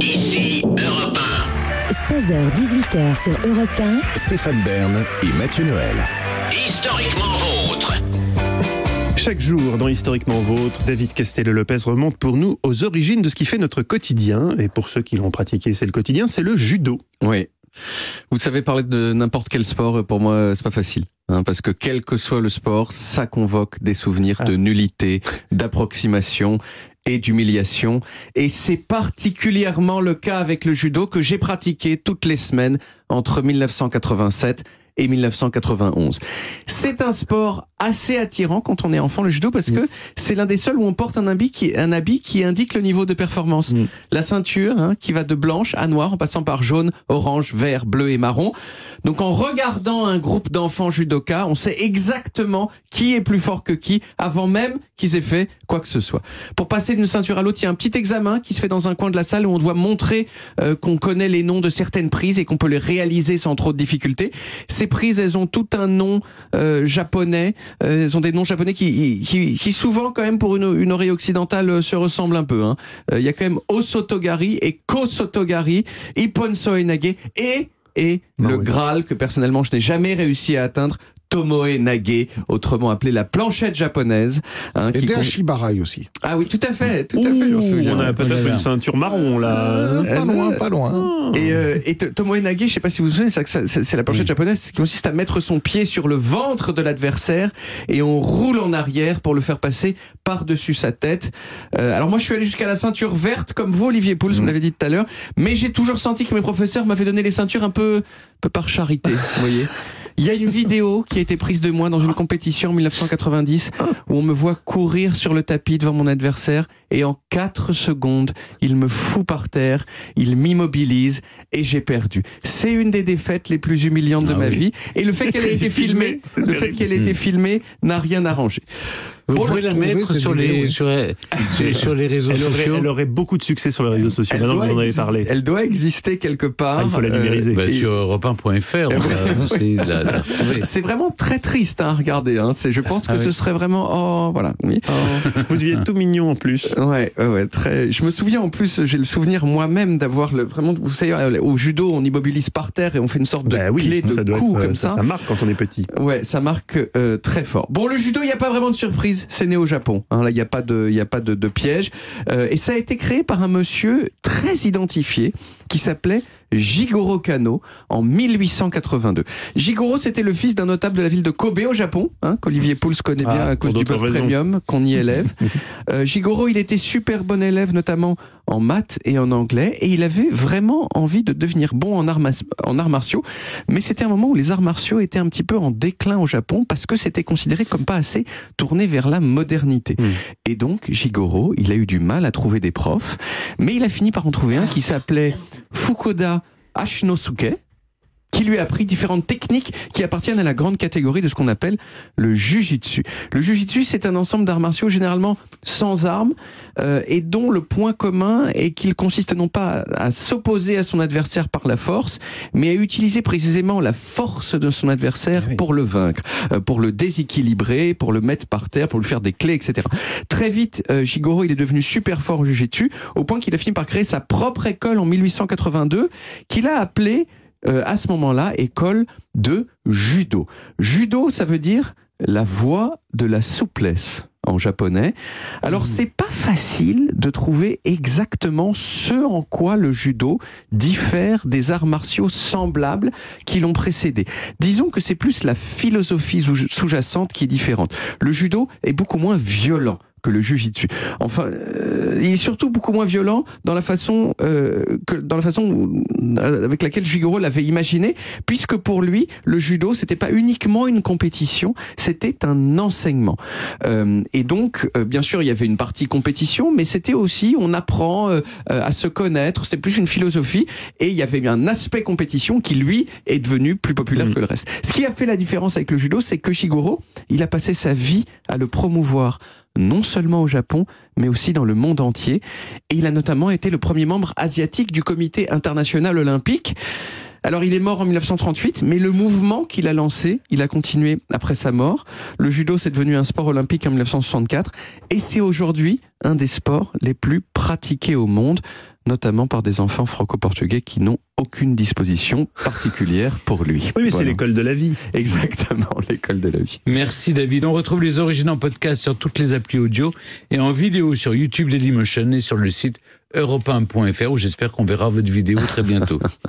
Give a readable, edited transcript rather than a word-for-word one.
Ici Europe 16h-18h sur Europe 1. Stéphane Bern et Mathieu Noël. 1. Historiquement vôtre. Chaque jour, dans Historiquement Vôtre, David Castello-Lopez remonte pour nous aux origines de ce qui fait notre quotidien. Et pour ceux qui l'ont pratiqué, c'est le quotidien, c'est le judo. Oui. Vous savez, parler de n'importe quel sport, pour moi, c'est pas facile. Parce que quel que soit le sport, ça convoque des souvenirs de nullité, d'approximation et d'humiliation. Et c'est particulièrement le cas avec le judo que j'ai pratiqué toutes les semaines entre 1987 et 1991. C'est un sport assez attirant quand on est enfant, le judo, parce que c'est l'un des seuls où on porte un habit qui indique le niveau de performance. La ceinture, qui va de blanche à noir en passant par jaune, orange, vert, bleu et marron. Donc en regardant un groupe d'enfants judokas, on sait exactement qui est plus fort que qui avant même qu'ils aient fait quoi que ce soit. Pour passer d'une ceinture à l'autre, il y a un petit examen qui se fait dans un coin de la salle où on doit montrer qu'on connaît les noms de certaines prises et qu'on peut les réaliser sans trop de difficultés. Ces prises, elles ont tout un nom japonais. Elles ont des noms japonais qui souvent, quand même, pour une oreille occidentale, se ressemblent un peu. Il y a quand même Osotogari et Kosotogari, Ippon Soenage et le Graal que personnellement je n'ai jamais réussi à atteindre, Tomoe Nage, autrement appelé la planchette japonaise. Et Ashibarai aussi. Ah oui, tout à fait, je me souviens. On a peut-être une ceinture marron, là. Pas loin. Et Tomoe Nage, je sais pas si vous vous souvenez, c'est la planchette japonaise qui consiste à mettre son pied sur le ventre de l'adversaire et on roule en arrière pour le faire passer par-dessus sa tête. Alors moi, je suis allé jusqu'à la ceinture verte, comme vous, Olivier Pouls, vous l'avez dit tout à l'heure, mais j'ai toujours senti que mes professeurs m'avaient donné les ceintures un peu par charité, vous voyez. Il y a une vidéo qui a été prise de moi dans une compétition en 1990 où on me voit courir sur le tapis devant mon adversaire et en 4 secondes, il me fout par terre, il m'immobilise et j'ai perdu. C'est une des défaites les plus humiliantes de ma vie et le fait qu'elle ait été filmée, n'a rien arrangé. Vous pouvez la mettre sur les réseaux sociaux. Elle aurait beaucoup de succès sur les réseaux sociaux. Maintenant que vous en avez parlé. Elle doit exister quelque part. Il faut la numériser. Sur europe1.fr. C'est vraiment très triste à regarder. Je pense que ce serait vraiment... voilà. Oui. Vous deviez être tout mignon en plus. Ouais, très. Je me souviens en plus, j'ai le souvenir moi-même d'avoir vraiment... Vous savez, au judo, on immobilise par terre et on fait une sorte de clé de cou comme ça. Ça marque quand on est petit. Ouais, ça marque très fort. Bon, le judo, il n'y a pas vraiment de surprise. C'est né au Japon. Là, il n'y a pas de piège. Et ça a été créé par un monsieur très identifié qui s'appelait Jigoro Kano en 1882. Jigoro, c'était le fils d'un notable de la ville de Kobe au Japon, qu'Olivier Pouls connaît bien à cause du bœuf premium qu'on y élève. Jigoro, il était super bon élève, notamment en maths et en anglais, et il avait vraiment envie de devenir bon en arts martiaux, mais c'était un moment où les arts martiaux étaient un petit peu en déclin au Japon parce que c'était considéré comme pas assez tourné vers la modernité. Et donc, Jigoro, il a eu du mal à trouver des profs, mais il a fini par en trouver un qui s'appelait Fukuda Ashinosuke, qui lui a appris différentes techniques qui appartiennent à la grande catégorie de ce qu'on appelle le jujitsu. Le jujitsu, c'est un ensemble d'arts martiaux généralement sans armes et dont le point commun est qu'il consiste non pas à s'opposer à son adversaire par la force, mais à utiliser précisément la force de son adversaire pour le vaincre, pour le déséquilibrer, pour le mettre par terre, pour lui faire des clés, etc. Très vite, Jigoro, il est devenu super fort au jujitsu, au point qu'il a fini par créer sa propre école en 1882, qu'il a appelée à ce moment-là, école de judo. Judo, ça veut dire la voie de la souplesse en japonais. Alors, c'est pas facile de trouver exactement ce en quoi le judo diffère des arts martiaux semblables qui l'ont précédé. Disons que c'est plus la philosophie sous-jacente qui est différente. Le judo est beaucoup moins violent que le jujitsu. Enfin, il est surtout beaucoup moins violent dans la façon avec laquelle Jigoro l'avait imaginé, puisque pour lui, le judo, c'était pas uniquement une compétition, c'était un enseignement. Et donc, bien sûr, il y avait une partie compétition, mais c'était aussi, on apprend à se connaître, c'était plus une philosophie, et il y avait un aspect compétition qui, lui, est devenu plus populaire que le reste. Ce qui a fait la différence avec le judo, c'est que Jigoro, il a passé sa vie à le promouvoir non seulement au Japon, mais aussi dans le monde entier. Et il a notamment été le premier membre asiatique du comité international olympique. Alors, il est mort en 1938, mais le mouvement qu'il a lancé, il a continué après sa mort. Le judo, c'est devenu un sport olympique en 1964, et c'est aujourd'hui un des sports les plus pratiqués au monde. notamment par des enfants franco-portugais qui n'ont aucune disposition particulière pour lui. Oui, mais c'est l'école de la vie. Exactement, l'école de la vie. Merci David. On retrouve les origines en podcast sur toutes les applis audio et en vidéo sur YouTube Dailymotion et sur le site europe1.fr où j'espère qu'on verra votre vidéo très bientôt.